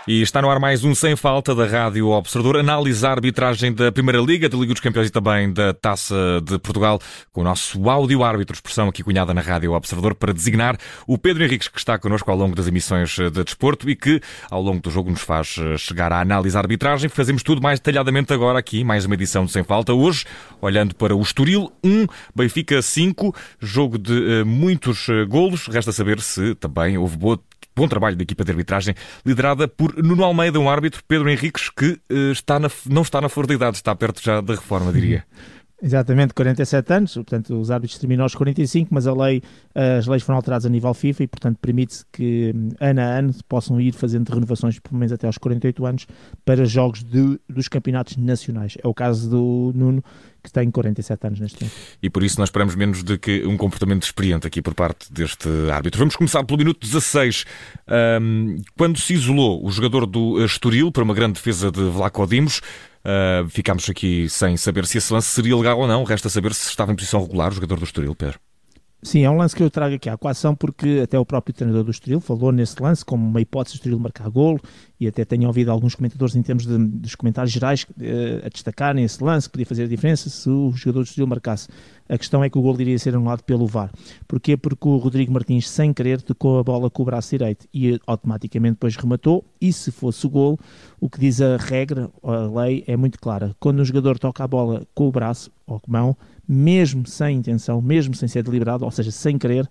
E está no ar mais um Sem Falta da Rádio Observador. Análise a arbitragem da Primeira Liga, da Liga dos Campeões e também da Taça de Portugal, com o nosso áudio-árbitro, expressão aqui cunhada na Rádio Observador, para designar o Pedro Henriques, que está connosco ao longo das emissões de desporto e que, ao longo do jogo, nos faz chegar à análise à arbitragem. Fazemos tudo mais detalhadamente agora aqui, mais uma edição de Sem Falta. Hoje, olhando para o Estoril 1, Benfica 5, jogo de muitos golos. Resta saber se também houve bom trabalho da equipa de arbitragem, liderada por Nuno Almeida, um árbitro, Pedro Henriques, que não está na flor da idade, está perto já da reforma, diria. Exatamente, 47 anos, portanto os árbitros terminam aos 45, mas as leis foram alteradas a nível FIFA e, portanto, permite-se que ano a ano possam ir fazendo renovações, pelo menos até aos 48 anos, para jogos dos campeonatos nacionais. É o caso do Nuno, que tem 47 anos neste momento. E por isso nós esperamos menos de que um comportamento experiente aqui por parte deste árbitro. Vamos começar pelo minuto 16, quando se isolou o jogador do Estoril para uma grande defesa de Vlaco Dimos. Ficámos aqui sem saber se esse lance seria legal ou não. Resta saber se estava em posição regular o jogador do Estoril, Pedro. Sim, é um lance que eu trago aqui à equação porque até o próprio treinador do Estoril falou nesse lance como uma hipótese do Estoril marcar golo, e até tenho ouvido alguns comentadores em termos dos comentários gerais a destacarem esse lance, que podia fazer a diferença se o jogador do Estoril marcasse. A questão é que o golo iria ser anulado pelo VAR. Porquê? Porque o Rodrigo Martins, sem querer, tocou a bola com o braço direito e automaticamente depois rematou, e se fosse o golo, o que diz a regra, a lei, é muito clara. Quando um jogador toca a bola com o braço ou com a mão, mesmo sem intenção, mesmo sem ser deliberado, ou seja, sem querer,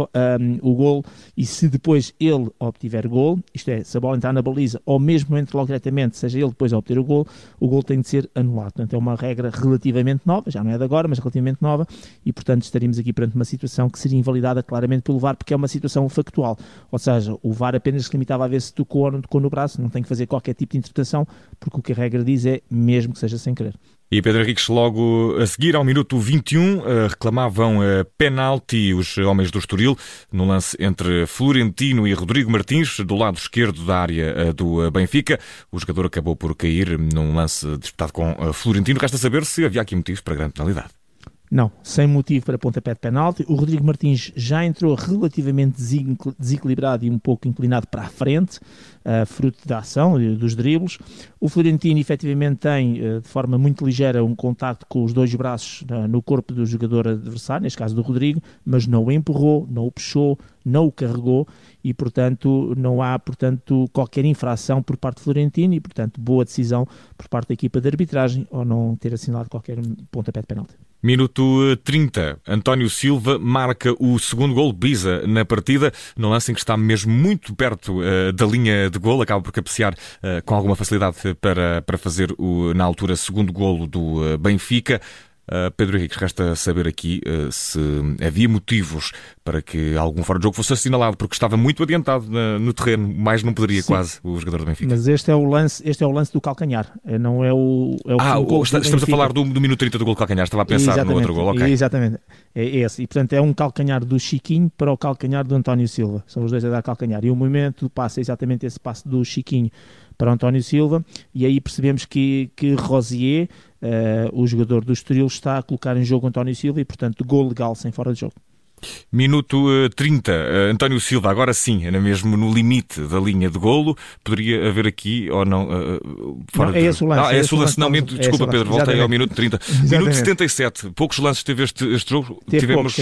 o golo, e se depois ele obtiver golo, isto é, se a bola entrar na baliza ou mesmo entre logo diretamente, seja ele depois a obter o golo tem de ser anulado. Portanto, é uma regra relativamente nova, já não é de agora, mas relativamente nova, e portanto estaríamos aqui perante uma situação que seria invalidada claramente pelo VAR, porque é uma situação factual, ou seja, o VAR apenas se limitava a ver se tocou ou não tocou no braço, não tem que fazer qualquer tipo de interpretação, porque o que a regra diz é mesmo que seja sem querer. E Pedro Henriques, logo a seguir, ao minuto 21, reclamavam penalti os homens do Estoril no lance entre Florentino e Rodrigo Martins, do lado esquerdo da área do Benfica. O jogador acabou por cair num lance disputado com Florentino. Resta saber se havia aqui motivos para grande penalidade. Não, sem motivo para pontapé de penalti. O Rodrigo Martins já entrou relativamente desequilibrado e um pouco inclinado para a frente, fruto da ação, dos dribles. O Florentino efetivamente tem, de forma muito ligeira, um contacto com os dois braços no corpo do jogador adversário, neste caso do Rodrigo, mas não o empurrou, não o puxou, não o carregou e, portanto, não há, qualquer infração por parte de Florentino e, portanto, boa decisão por parte da equipa de arbitragem ao não ter assinalado qualquer pontapé de penalti. Minuto 30, António Silva marca o segundo golo, Biza, na partida, num lance em que está mesmo muito perto da linha de golo, acaba por cabecear com alguma facilidade para fazer na altura, segundo golo do Benfica. Pedro Henriques, resta saber aqui se havia motivos para que algum fora de jogo fosse assinalado, porque estava muito adiantado no terreno, mais não poderia. Sim. Quase o jogador do Benfica. Mas este é o lance do calcanhar, não é o estamos a falar do minuto 30 do gol de calcanhar, estava a pensar no outro gol, ok. Exatamente, é esse, e portanto é um calcanhar do Chiquinho para o calcanhar do António Silva, são os dois a dar calcanhar, e o movimento do passe é exatamente esse passe do Chiquinho para o António Silva, e aí percebemos que Rosier, o jogador do Estoril, está a colocar em jogo António Silva e, portanto, gol legal sem fora de jogo. Minuto 30, António Silva, agora sim, era mesmo no limite da linha de golo. Poderia haver aqui ou não? Fora não, é esse o lance. É esse o lance. Não, desculpa, Pedro, volta aí ao minuto 30. Exatamente. Minuto 77, poucos lances teve este jogo. Tivemos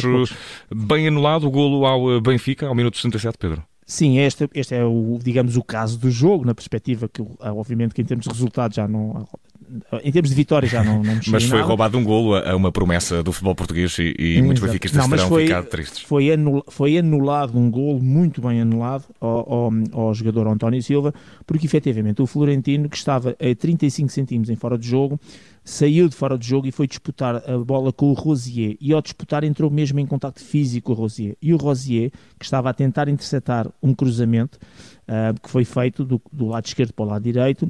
bem anulado o golo ao Benfica, ao minuto 77, Pedro. Sim, este é o caso do jogo, na perspectiva que, obviamente, que em termos de resultados já não... Em termos de vitória já não mexeu. Mas foi nada. Roubado um golo a uma promessa do futebol português e muitos benfiquistas terão ficado tristes. Foi anulado um golo, muito bem anulado, ao jogador António Silva, porque efetivamente o Florentino, que estava a 35 centímetros em fora de jogo, saiu de fora de jogo e foi disputar a bola com o Rosier, e ao disputar entrou mesmo em contacto físico com o Rosier, e o Rosier, que estava a tentar interceptar um cruzamento que foi feito do lado esquerdo para o lado direito,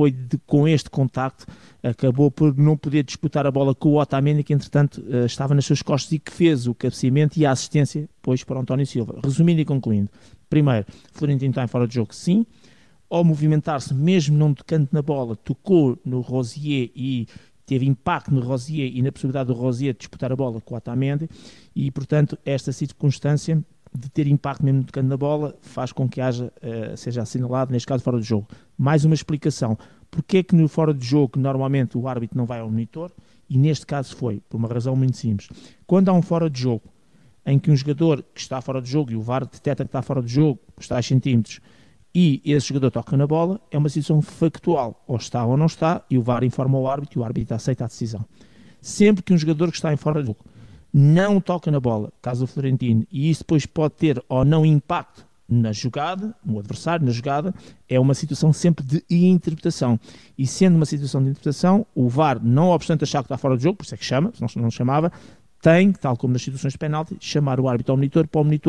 com este contacto acabou por não poder disputar a bola com o Otamendi, que entretanto estava nas suas costas e que fez o cabeceamento e a assistência depois para o António Silva. Resumindo e concluindo, primeiro, Florentino está em fora de jogo, sim. Ao movimentar-se, mesmo não tocando na bola, tocou no Rosier e teve impacto no Rosier e na possibilidade do Rosier de disputar a bola com o Otamendi, e portanto esta circunstância de ter impacto mesmo no tocando na bola, faz com que seja assinalado, neste caso, fora de jogo. Mais uma explicação. Porque é que no fora de jogo, normalmente, o árbitro não vai ao monitor, e neste caso foi, por uma razão muito simples. Quando há um fora de jogo, em que um jogador que está fora de jogo, e o VAR detecta que está fora de jogo, está a centímetros, e esse jogador toca na bola, é uma situação factual. Ou está ou não está, e o VAR informa o árbitro, e o árbitro aceita a decisão. Sempre que um jogador que está em fora de jogo não toca na bola, caso do Florentino, e isso depois pode ter ou não impacto na jogada, no adversário, na jogada, é uma situação sempre de interpretação. E sendo uma situação de interpretação, o VAR, não obstante achar que está fora de jogo, por isso é que chama, se não chamava, tem, tal como nas situações de penalti, chamar o árbitro ao monitor,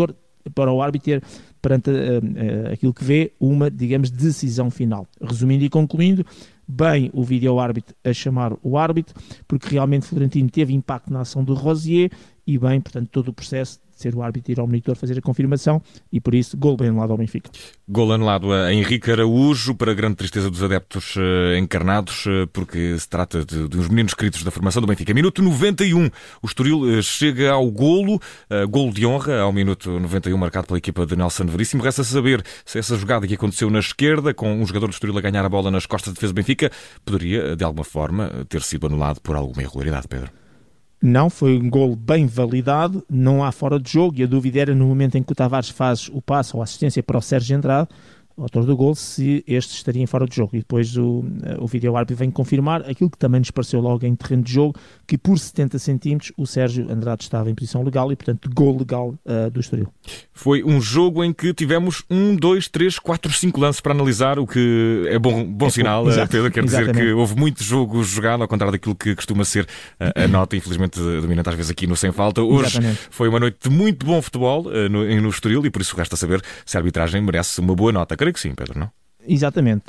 para o árbitro ter, perante aquilo que vê, uma, digamos, decisão final. Resumindo e concluindo, bem o vídeo-árbitro a chamar o árbitro, porque realmente Florentino teve impacto na ação do Rosier, e bem, portanto, todo o processo de ser o árbitro ir ao monitor fazer a confirmação, e por isso, gol bem anulado ao Benfica. Gol anulado a Henrique Araújo, para grande tristeza dos adeptos encarnados, porque se trata de uns meninos queridos da formação do Benfica. Minuto 91, o Estoril chega ao golo de honra, ao minuto 91, marcado pela equipa de Nelson Veríssimo. Resta saber se essa jogada que aconteceu na esquerda, com um jogador do Estoril a ganhar a bola nas costas de defesa do Benfica, poderia, de alguma forma, ter sido anulado por alguma irregularidade, Pedro. Não, foi um golo bem validado, não há fora de jogo, e a dúvida era no momento em que o Tavares faz o passe ou a assistência para o Sérgio Andrade, o autor do golo, se este estaria em fora de jogo. E depois o vídeo-árbitro vem confirmar aquilo que também nos pareceu logo em terreno de jogo, que por 70 centímetros o Sérgio Andrade estava em posição legal e, portanto, gol legal do Estoril. Foi um jogo em que tivemos 1, 2, 3, 4, 5 lances para analisar, o que é bom sinal, Pedro. Quer dizer que houve muito jogo jogado, ao contrário daquilo que costuma ser a nota, infelizmente, dominante às vezes aqui no Sem Falta. Hoje foi uma noite de muito bom futebol no Estoril, e por isso resta saber se a arbitragem merece uma boa nota. Creio que sim, Pedro, não? Exatamente.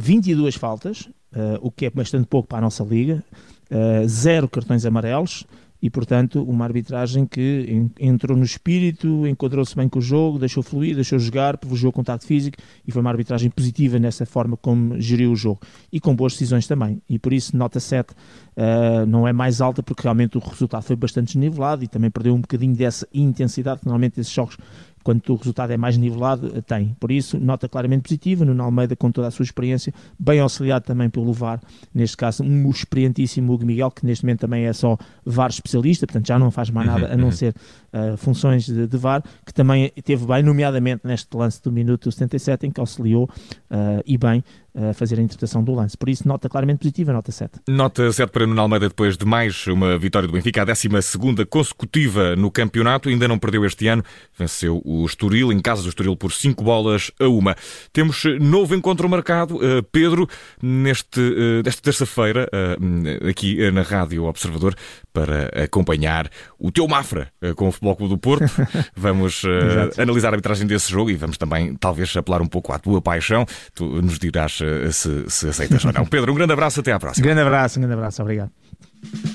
22 faltas, o que é bastante pouco para a nossa liga, 0 cartões amarelos, e, portanto, uma arbitragem que entrou no espírito, enquadrou-se bem com o jogo, deixou fluir, deixou jogar, privilegiou o contacto físico, e foi uma arbitragem positiva nessa forma como geriu o jogo, e com boas decisões também. E por isso, nota 7 não é mais alta, porque realmente o resultado foi bastante desnivelado, e também perdeu um bocadinho dessa intensidade que normalmente esses jogos, quando o resultado é mais nivelado, tem. Por isso, nota claramente positiva. Nuno Almeida, com toda a sua experiência, bem auxiliado também pelo VAR, neste caso, um experientíssimo Hugo Miguel, que neste momento também é só VAR especialista, portanto já não faz mais nada a não ser funções de VAR, que também teve bem, nomeadamente neste lance do minuto 77, em que auxiliou e bem a fazer a interpretação do lance. Por isso, nota claramente positiva, nota 7. Nota 7 para Nuno Almeida, depois de mais uma vitória do Benfica, a 12ª consecutiva no campeonato. Ainda não perdeu este ano, venceu o Estoril, em casa do Estoril, por 5-1. Temos novo encontro marcado, Pedro, nesta terça-feira, aqui na Rádio Observador, para acompanhar o teu Mafra com o Futebol Clube do Porto. Vamos analisar a arbitragem desse jogo, e vamos também, talvez, apelar um pouco à tua paixão. Tu nos dirás se aceitas ou não. Pedro, um grande abraço, até à próxima. Grande abraço, obrigado.